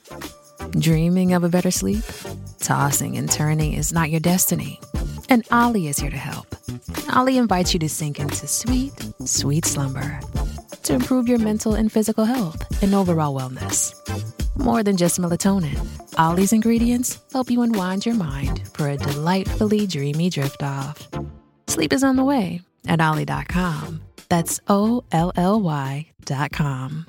Dreaming of a better sleep? Tossing and turning is not your destiny. And Ollie is here to help. Ollie invites you to sink into sweet, sweet slumber to improve your mental and physical health and overall wellness. More than just melatonin, Ollie's ingredients help you unwind your mind for a delightfully dreamy drift off. Sleep is on the way at Ollie.com. That's OLLY.com.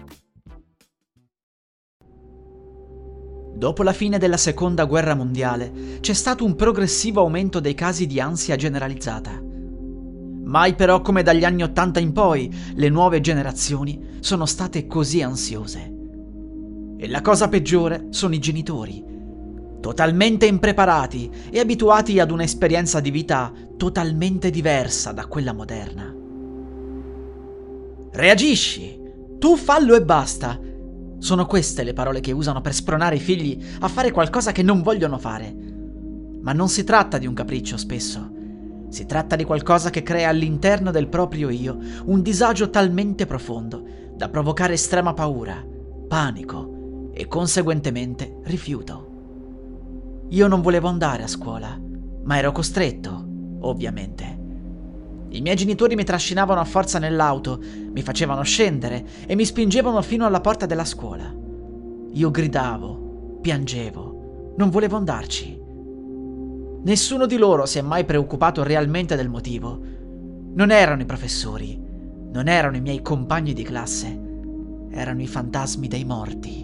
Dopo la fine della Seconda Guerra Mondiale c'è stato un progressivo aumento dei casi di ansia generalizzata. Mai però come dagli anni '80 in poi le nuove generazioni sono state così ansiose. E la cosa peggiore sono i genitori, totalmente impreparati e abituati ad un'esperienza di vita totalmente diversa da quella moderna. Reagisci! Tu fallo e basta! Sono queste le parole che usano per spronare i figli a fare qualcosa che non vogliono fare. Ma non si tratta di un capriccio spesso. Si tratta di qualcosa che crea all'interno del proprio io un disagio talmente profondo da provocare estrema paura, panico e conseguentemente rifiuto. Io non volevo andare a scuola, ma ero costretto, ovviamente. I miei genitori mi trascinavano a forza nell'auto, mi facevano scendere e mi spingevano fino alla porta della scuola. Io gridavo, piangevo, non volevo andarci. Nessuno di loro si è mai preoccupato realmente del motivo. Non erano i professori, non erano i miei compagni di classe, erano i fantasmi dei morti.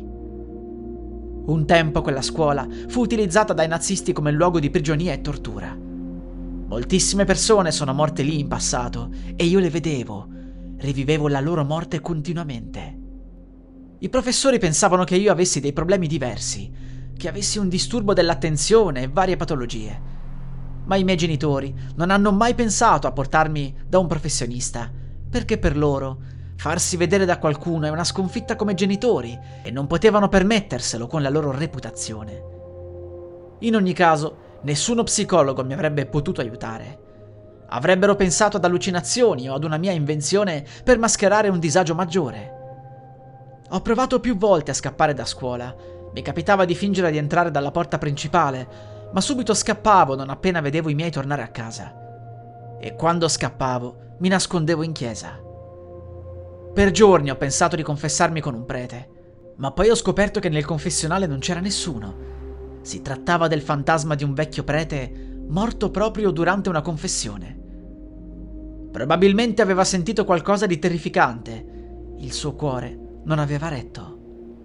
Un tempo quella scuola fu utilizzata dai nazisti come luogo di prigionia e tortura. Moltissime persone sono morte lì in passato e io le vedevo, rivivevo la loro morte continuamente. I professori pensavano che io avessi dei problemi diversi, che avessi un disturbo dell'attenzione e varie patologie. Ma i miei genitori non hanno mai pensato a portarmi da un professionista, perché per loro farsi vedere da qualcuno è una sconfitta come genitori e non potevano permetterselo con la loro reputazione. In ogni caso, nessuno psicologo mi avrebbe potuto aiutare. Avrebbero pensato ad allucinazioni o ad una mia invenzione per mascherare un disagio maggiore. Ho provato più volte a scappare da scuola. Mi capitava di fingere di entrare dalla porta principale, ma subito scappavo non appena vedevo i miei tornare a casa. E quando scappavo, mi nascondevo in chiesa. Per giorni ho pensato di confessarmi con un prete, ma poi ho scoperto che nel confessionale non c'era nessuno. Si trattava del fantasma di un vecchio prete morto proprio durante una confessione. Probabilmente aveva sentito qualcosa di terrificante. Il suo cuore non aveva retto.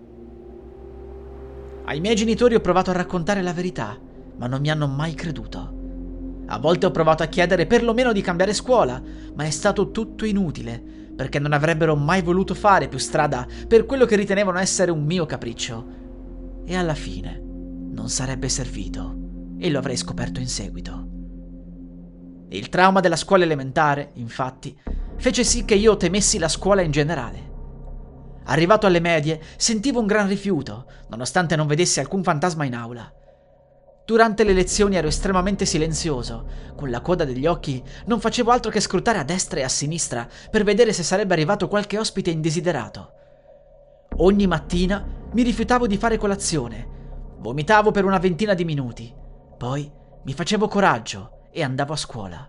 Ai miei genitori ho provato a raccontare la verità, ma non mi hanno mai creduto. A volte ho provato a chiedere perlomeno di cambiare scuola, ma è stato tutto inutile, perché non avrebbero mai voluto fare più strada per quello che ritenevano essere un mio capriccio. E alla fine non sarebbe servito, e lo avrei scoperto in seguito. Il trauma della scuola elementare, infatti, fece sì che io temessi la scuola in generale. Arrivato alle medie, sentivo un gran rifiuto, nonostante non vedessi alcun fantasma in aula. Durante le lezioni ero estremamente silenzioso, con la coda degli occhi non facevo altro che scrutare a destra e a sinistra per vedere se sarebbe arrivato qualche ospite indesiderato. Ogni mattina mi rifiutavo di fare colazione. Vomitavo per una ventina di minuti, poi mi facevo coraggio e andavo a scuola.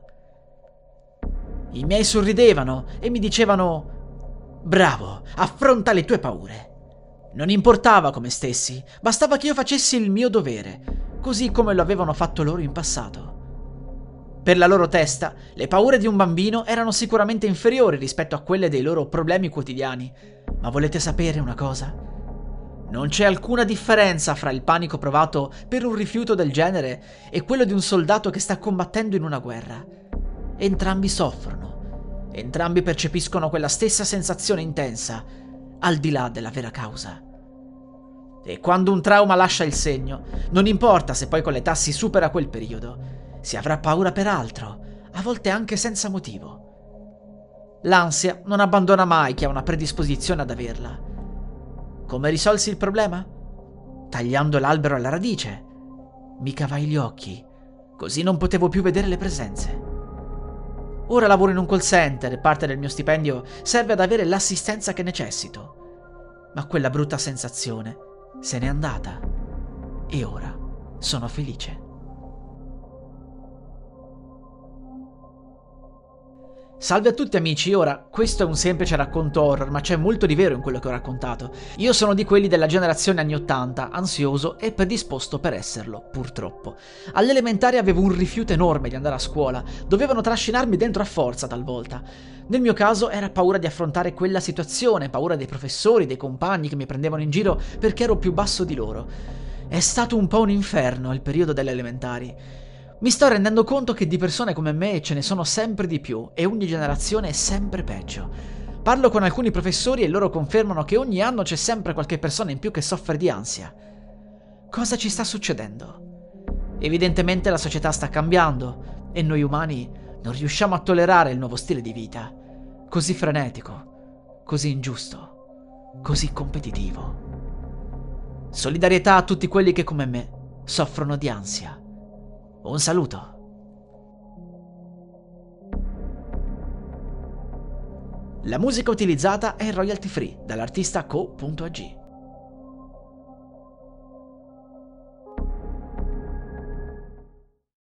I miei sorridevano e mi dicevano: «Bravo, affronta le tue paure». Non importava come stessi, bastava che io facessi il mio dovere, così come lo avevano fatto loro in passato. Per la loro testa, le paure di un bambino erano sicuramente inferiori rispetto a quelle dei loro problemi quotidiani. Ma volete sapere una cosa? Non c'è alcuna differenza fra il panico provato per un rifiuto del genere e quello di un soldato che sta combattendo in una guerra. Entrambi soffrono, entrambi percepiscono quella stessa sensazione intensa, al di là della vera causa. E quando un trauma lascia il segno, non importa se poi con l'età si supera quel periodo, si avrà paura per altro, a volte anche senza motivo. L'ansia non abbandona mai chi ha una predisposizione ad averla. Come risolsi il problema? Tagliando l'albero alla radice. Mi cavai gli occhi, così non potevo più vedere le presenze. Ora lavoro in un call center e parte del mio stipendio serve ad avere l'assistenza che necessito. Ma quella brutta sensazione Se n'è andata e ora sono felice. Salve a tutti amici, ora questo è un semplice racconto horror, ma c'è molto di vero in quello che ho raccontato. Io sono di quelli della generazione anni 80, ansioso e predisposto per esserlo, purtroppo. All'elementare avevo un rifiuto enorme di andare a scuola, dovevano trascinarmi dentro a forza talvolta. Nel mio caso era paura di affrontare quella situazione, paura dei professori, dei compagni che mi prendevano in giro perché ero più basso di loro. È stato un po' un inferno il periodo delle elementari. Mi sto rendendo conto che di persone come me ce ne sono sempre di più e ogni generazione è sempre peggio. Parlo con alcuni professori e loro confermano che ogni anno c'è sempre qualche persona in più che soffre di ansia. Cosa ci sta succedendo? Evidentemente la società sta cambiando e noi umani non riusciamo a tollerare il nuovo stile di vita, così frenetico, così ingiusto, così competitivo. Solidarietà a tutti quelli che come me soffrono di ansia. Un saluto. La musica utilizzata è royalty free dall'artista co.ag.